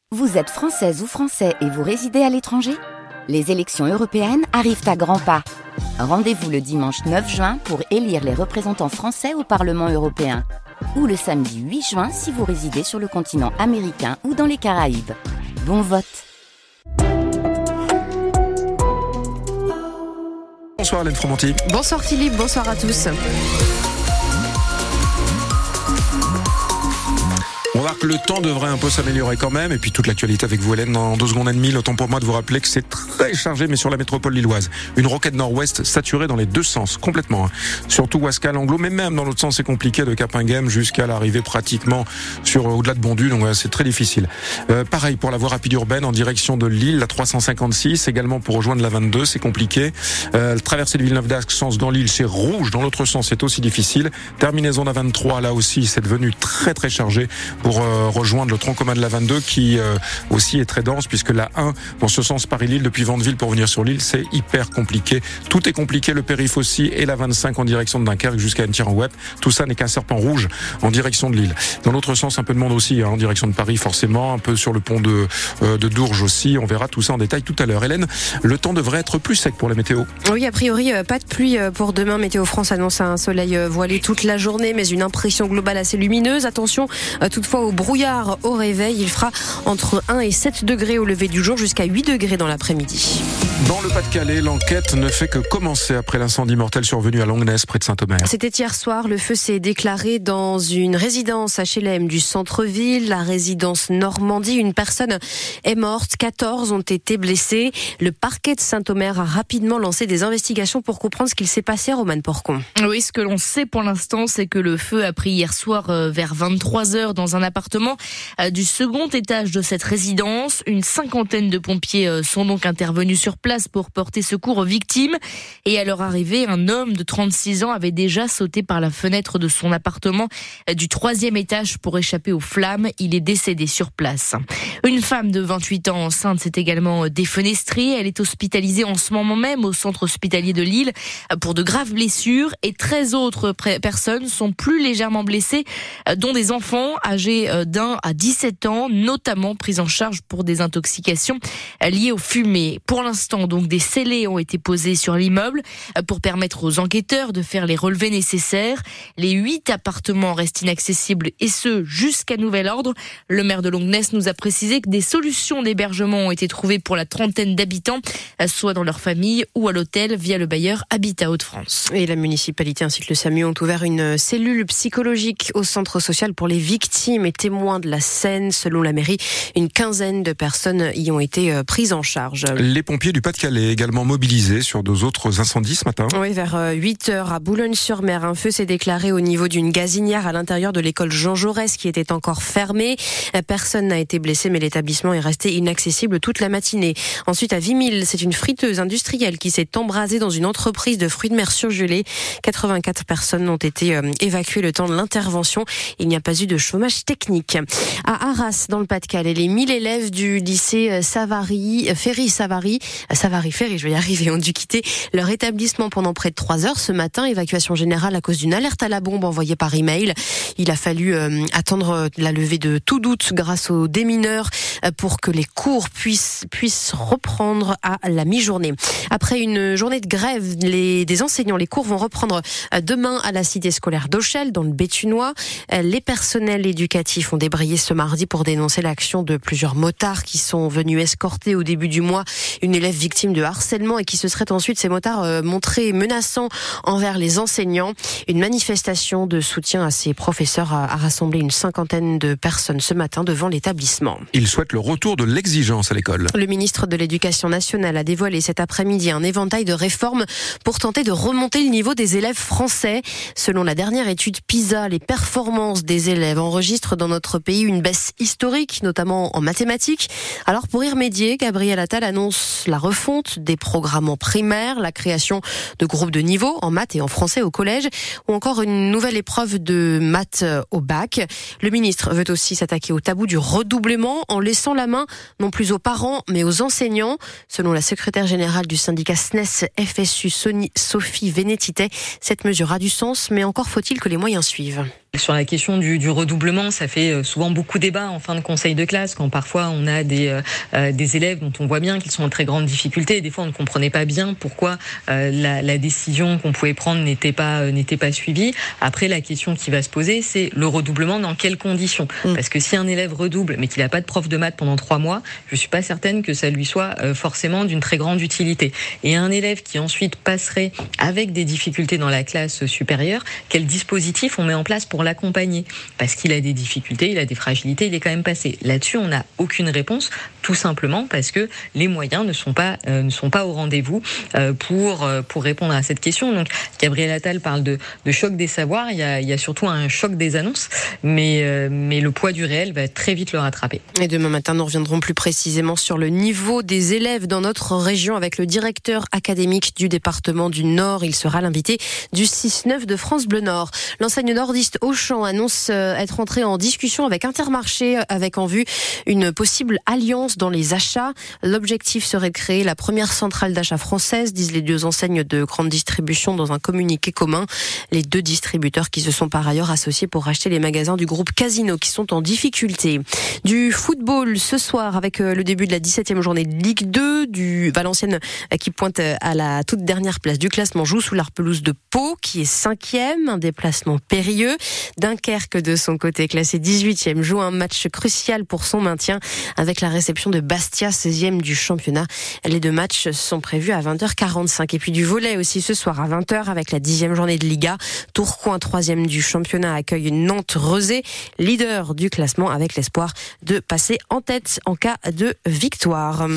Vous êtes française ou français et vous résidez à l'étranger ? Les élections européennes arrivent à grands pas. Rendez-vous le dimanche 9 juin pour élire les représentants français au Parlement européen. Ou le samedi 8 juin si vous résidez sur le continent américain ou dans les Caraïbes. Bon vote! Bonsoir Hélène Fromonti. Bonsoir Philippe, bonsoir à tous. On va voir que le temps devrait un peu s'améliorer quand même. Et puis toute l'actualité avec vous Hélène dans 2 secondes et demie. Le temps pour moi de vous rappeler que c'est très chargé, mais sur la métropole lilloise. Une roquette nord-ouest saturée dans les 2 sens, complètement. Surtout Ouascal, Anglo, mais même dans l'autre sens c'est compliqué de Capinghem jusqu'à l'arrivée pratiquement au-delà de Bondu. Donc c'est très difficile. Pareil pour la voie rapide urbaine en direction de Lille, la 356. Également pour rejoindre la 22, c'est compliqué. Traversée de Villeneuve-d'Ascq, sens dans Lille, c'est rouge. Dans l'autre sens, c'est aussi difficile. Terminaison de la 23, là aussi, c'est devenu très très chargé pour rejoindre le tronc commun de la 22 qui aussi est très dense puisque la 1 dans ce sens Paris-Lille depuis Vandeville pour venir sur Lille c'est hyper compliqué. Tout est compliqué, le périph' aussi et la 25 en direction de Dunkerque jusqu'à Annecy-en-Wep. Tout ça n'est qu'un serpent rouge en direction de Lille. Dans l'autre sens un peu de monde aussi en direction de Paris forcément, un peu sur le pont de Dourges aussi. On verra tout ça en détail tout à l'heure. Hélène, le temps devrait être plus sec pour la météo. Oui, a priori pas de pluie pour demain. Météo France annonce un soleil voilé toute la journée mais une impression globale assez lumineuse. Attention toutefois au brouillard au réveil. Il fera entre 1 et 7 degrés au lever du jour jusqu'à 8 degrés dans l'après-midi. Dans le Pas-de-Calais, l'enquête ne fait que commencer après l'incendie mortel survenu à Longnes près de Saint-Omer. C'était hier soir. Le feu s'est déclaré dans une résidence HLM du centre-ville, la résidence Normandie. Une personne est morte, 14 ont été blessés. Le parquet de Saint-Omer a rapidement lancé des investigations pour comprendre ce qu'il s'est passé à Romane Porcon. Oui, ce que l'on sait pour l'instant, c'est que le feu a pris hier soir vers 23h dans un appartement du second étage de cette résidence. Une 50aine de pompiers sont donc intervenus sur place pour porter secours aux victimes. Et à leur arrivée, un homme de 36 ans avait déjà sauté par la fenêtre de son appartement du 3e étage pour échapper aux flammes. Il est décédé sur place. Une femme de 28 ans enceinte s'est également défenestrée. Elle est hospitalisée en ce moment même au centre hospitalier de Lille pour de graves blessures. Et 13 autres personnes sont plus légèrement blessées, dont des enfants âgés d'1 à 17 ans, notamment pris en charge pour des intoxications liées aux fumées. Pour l'instant, donc, des scellés ont été posés sur l'immeuble pour permettre aux enquêteurs de faire les relevés nécessaires. Les 8 appartements restent inaccessibles et ce, jusqu'à nouvel ordre. Le maire de Longnes nous a précisé que des solutions d'hébergement ont été trouvées pour la 30aine d'habitants, soit dans leur famille ou à l'hôtel via le bailleur Habitat Hauts-de-France. Et la municipalité ainsi que le SAMU ont ouvert une cellule psychologique au centre social pour les victimes et témoins de la Seine. Selon la mairie, une 15aine de personnes y ont été prises en charge. Les pompiers du Pas-de-Calais également mobilisés sur 2 autres incendies ce matin. Oui, vers 8h à Boulogne-sur-Mer, un feu s'est déclaré au niveau d'une gazinière à l'intérieur de l'école Jean Jaurès qui était encore fermée. Personne n'a été blessé mais l'établissement est resté inaccessible toute la matinée. Ensuite à Vimille, c'est une friteuse industrielle qui s'est embrasée dans une entreprise de fruits de mer surgelés. 84 personnes ont été évacuées le temps de l'intervention. Il n'y a pas eu de chômage technique. À Arras, dans le Pas-de-Calais, les 1000 élèves du lycée Ferry, je vais y arriver, ont dû quitter leur établissement pendant près de 3 heures ce matin. Évacuation générale à cause d'une alerte à la bombe envoyée par email. Il a fallu attendre la levée de tout doute grâce aux démineurs pour que les cours puissent reprendre à la mi-journée. Après une journée de grève des enseignants, les cours vont reprendre demain à la cité scolaire d'Auchel, dans le Béthunois. Les personnels éducatifs ont débrayé ce mardi pour dénoncer l'action de plusieurs motards qui sont venus escorter au début du mois une élève victime de harcèlement et qui se seraient ensuite, ces motards, montrés menaçants envers les enseignants. Une manifestation de soutien à ces professeurs a rassemblé une 50aine de personnes ce matin devant l'établissement. Ils souhaitent le retour de l'exigence à l'école. Le ministre de l'Éducation nationale a dévoilé cet après-midi un éventail de réformes pour tenter de remonter le niveau des élèves français. Selon la dernière étude PISA, les performances des élèves enregistrent dans notre pays une baisse historique, notamment en mathématiques. Alors pour y remédier, Gabriel Attal annonce la refonte des programmes en primaire, la création de groupes de niveau en maths et en français au collège, ou encore une nouvelle épreuve de maths au bac. Le ministre veut aussi s'attaquer au tabou du redoublement en laissant la main non plus aux parents mais aux enseignants. Selon la secrétaire générale du syndicat SNES FSU, Sophie Vénétité, cette mesure a du sens, mais encore faut-il que les moyens suivent. Sur la question du redoublement, ça fait souvent beaucoup débat en fin de conseil de classe, quand parfois on a des élèves dont on voit bien qu'ils sont en très grande difficulté. Et des fois, on ne comprenait pas bien pourquoi la décision qu'on pouvait prendre n'était pas suivie. Après, la question qui va se poser, c'est le redoublement dans quelles conditions ? Parce que si un élève redouble, mais qu'il n'a pas de prof de maths pendant 3 mois, je suis pas certaine que ça lui soit forcément d'une très grande utilité. Et un élève qui ensuite passerait avec des difficultés dans la classe supérieure, quel dispositif on met en place pour l'accompagner ? Parce qu'il a des difficultés, il a des fragilités, il est quand même passé. Là-dessus, on n'a aucune réponse, tout simplement parce que les moyens ne sont pas au rendez-vous pour répondre à cette question. Donc, Gabriel Attal parle de choc des savoirs. Il y a surtout un choc des annonces, mais le poids du réel va très vite le rattraper. Et demain matin, nous reviendrons plus précisément sur le niveau des élèves dans notre région avec le directeur académique du département du Nord. Il sera l'invité du 6-9 de France Bleu Nord. L'enseigne nordiste Auchan annonce être entrée en discussion avec Intermarché avec en vue une possible alliance dans les achats. L'objectif serait de créer la première centrale d'achat française, disent les 2 enseignes de grande distribution dans un communiqué commun. Les 2 distributeurs qui se sont par ailleurs associés pour racheter les magasins du groupe Casino qui sont en difficulté. Du football ce soir avec le début de la 17e journée de Ligue 2, du Valenciennes qui pointe à la toute dernière place du classement, joue sous la pelouse de Pau qui est 5e, un déplacement périlleux. Dunkerque de son côté classé 18e, joue un match crucial pour son maintien avec la réception de Bastia 16e du championnat. Les 2 matchs sont prévus à 20h45 et puis du volley aussi ce soir à 20h avec la 10e journée de Liga. Tourcoing 3e du championnat accueille Nantes-Rezé, leader du classement avec l'espoir de passer en tête en cas de victoire.